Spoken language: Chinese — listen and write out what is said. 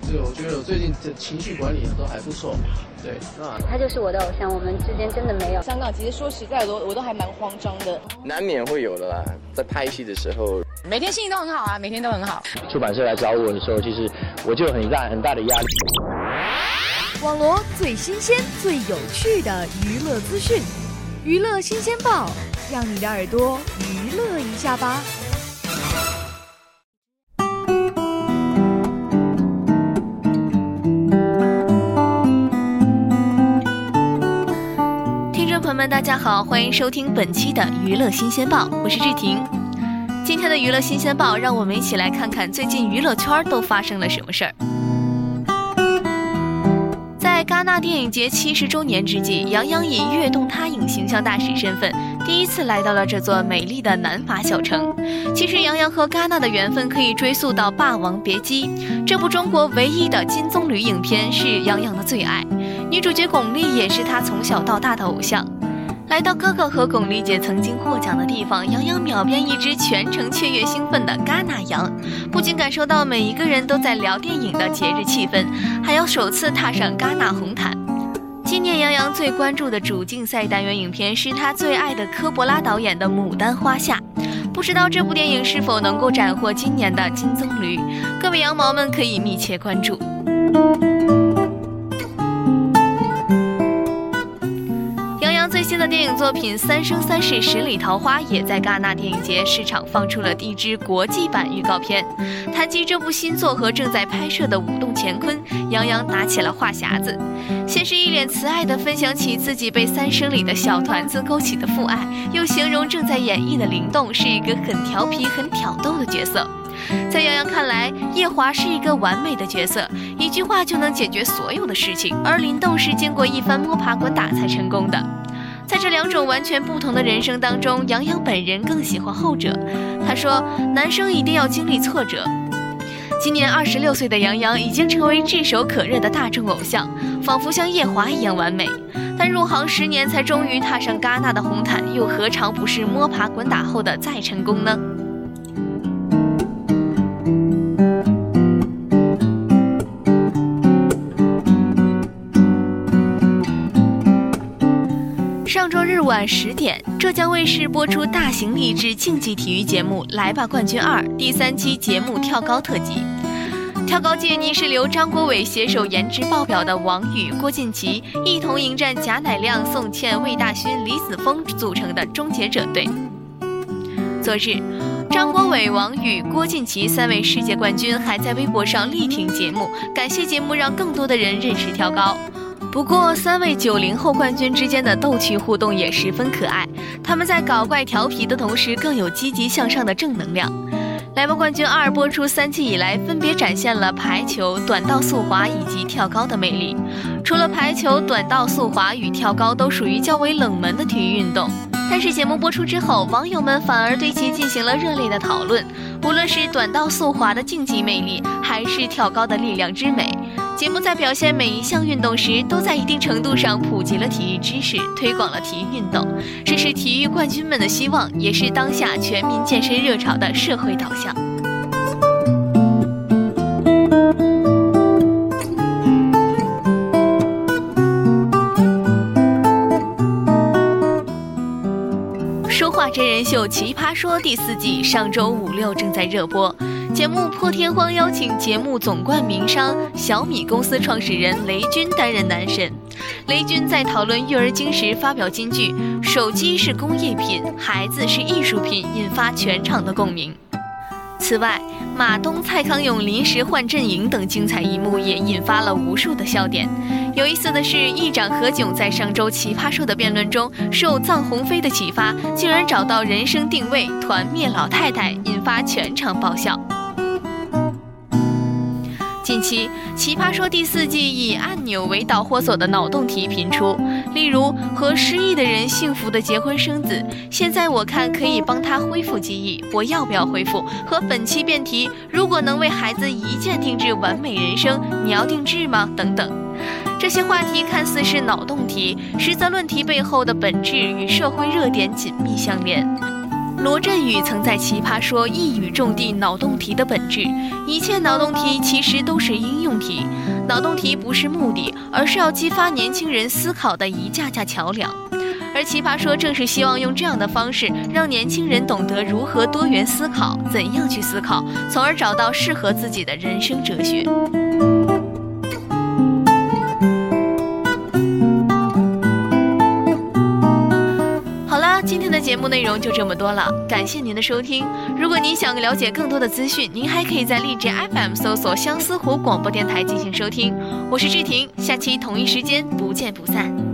对，我觉得我最近的情绪管理都还不错。对， 他就是我的偶像，我们之间真的没有。 香港其实说实在的，我都还蛮慌张的， 难免会有的啦。在拍戏的时候， 每天心情都很好啊，每天都很好。 出版社来找我的时候，其实我就有很大的压力。 网罗最新鲜、最有趣的娱乐资讯，娱乐新鲜报，让你的耳朵娱乐一下吧。 听众朋友们，大家好，欢迎收听本期的娱乐新鲜报，我是志婷。今天的娱乐新鲜报，让我们一起来看看最近娱乐圈都发生了什么事儿。在戛纳电影节70周年之际，杨洋以跃动他影形象大使身份，第一次来到了这座美丽的南法小城。其实杨洋和戛纳的缘分可以追溯到《霸王别姬》，这部中国唯一的金棕榈影片是杨洋的最爱，女主角巩俐也是他从小到大的偶像。来到哥哥和巩俐姐曾经获奖的地方，杨洋秒变一只全程雀跃兴奋的戛纳羊，不仅感受到每一个人都在聊电影的节日气氛，还要首次踏上戛纳红毯。今年杨洋最关注的主竞赛单元影片是他最爱的科博拉导演的《牡丹花下》，不知道这部电影是否能够斩获今年的金棕榈，各位羊毛们可以密切关注。最新的电影作品《三生三世十里桃花》也在戛纳电影节市场放出了第一支国际版预告片。谈及这部新作和正在拍摄的《舞动乾坤》，杨洋拿起了话匣子，先是一脸慈爱地分享起自己被三生里的小团子勾起的父爱，又形容正在演绎的灵动是一个很调皮很挑逗的角色。在杨洋看来，夜华是一个完美的角色，一句话就能解决所有的事情，而林动是经过一番摸爬滚打才成功的。在这两种完全不同的人生当中，杨洋本人更喜欢后者。他说，男生一定要经历挫折。今年26岁的杨洋已经成为炙手可热的大众偶像，仿佛像夜华一样完美。但入行10年才终于踏上戛纳的红毯，又何尝不是摸爬滚打后的再成功呢？上周日晚10点，浙江卫视播出大型励志竞技体育节目《来吧冠军2》第3期节目跳高特辑。跳高界泥石流张国伟携手颜值爆表的王宇、郭晋祺一同迎战贾乃亮、宋茜、魏大勋、李子峰组成的终结者队。昨日，张国伟、王宇、郭晋祺3位世界冠军还在微博上力挺节目，感谢节目让更多的人认识跳高。不过3位90后冠军之间的逗趣互动也十分可爱，他们在搞怪调皮的同时更有积极向上的正能量。来吧冠军2播出3期以来，分别展现了排球、短道速滑以及跳高的魅力。除了排球、短道速滑与跳高都属于较为冷门的体育运动，但是节目播出之后，网友们反而对其进行了热烈的讨论。无论是短道速滑的竞技魅力，还是跳高的力量之美，节目在表现每一项运动时，都在一定程度上普及了体育知识，推广了体育运动，这是体育冠军们的希望，也是当下全民健身热潮的社会导向。说话真人秀《奇葩说》第4季上周5、6正在热播。节目破天荒邀请节目总冠名商小米公司创始人雷军担任男神。雷军在讨论育儿经时发表金句：“手机是工业品，孩子是艺术品”，引发全场的共鸣。此外，马东、蔡康永临时换阵营等精彩一幕也引发了无数的笑点。有意思的是，议长何炅在上周奇葩说的辩论中，受臧鸿飞的启发，竟然找到人生定位团灭老太太，引发全场爆笑。近期，奇葩说第4季以按钮为导火索的脑洞题频出，例如和失忆的人幸福的结婚生子，现在我看可以帮他恢复记忆，我要不要恢复？和本期辩题，如果能为孩子一键定制完美人生，你要定制吗？等等。这些话题看似是脑洞题，实则论题背后的本质与社会热点紧密相连。 罗振宇曾在奇葩说一语中的脑洞题的本质，一切脑洞题其实都是应用题，脑洞题不是目的，而是要激发年轻人思考的一架架桥梁。而奇葩说正是希望用这样的方式，让年轻人懂得如何多元思考，怎样去思考，从而找到适合自己的人生哲学。今天的节目内容就这么多了，感谢您的收听。如果您想了解更多的资讯，您还可以在荔枝 FM 搜索相思湖广播电台进行收听。我是志婷，下期同一时间不见不散。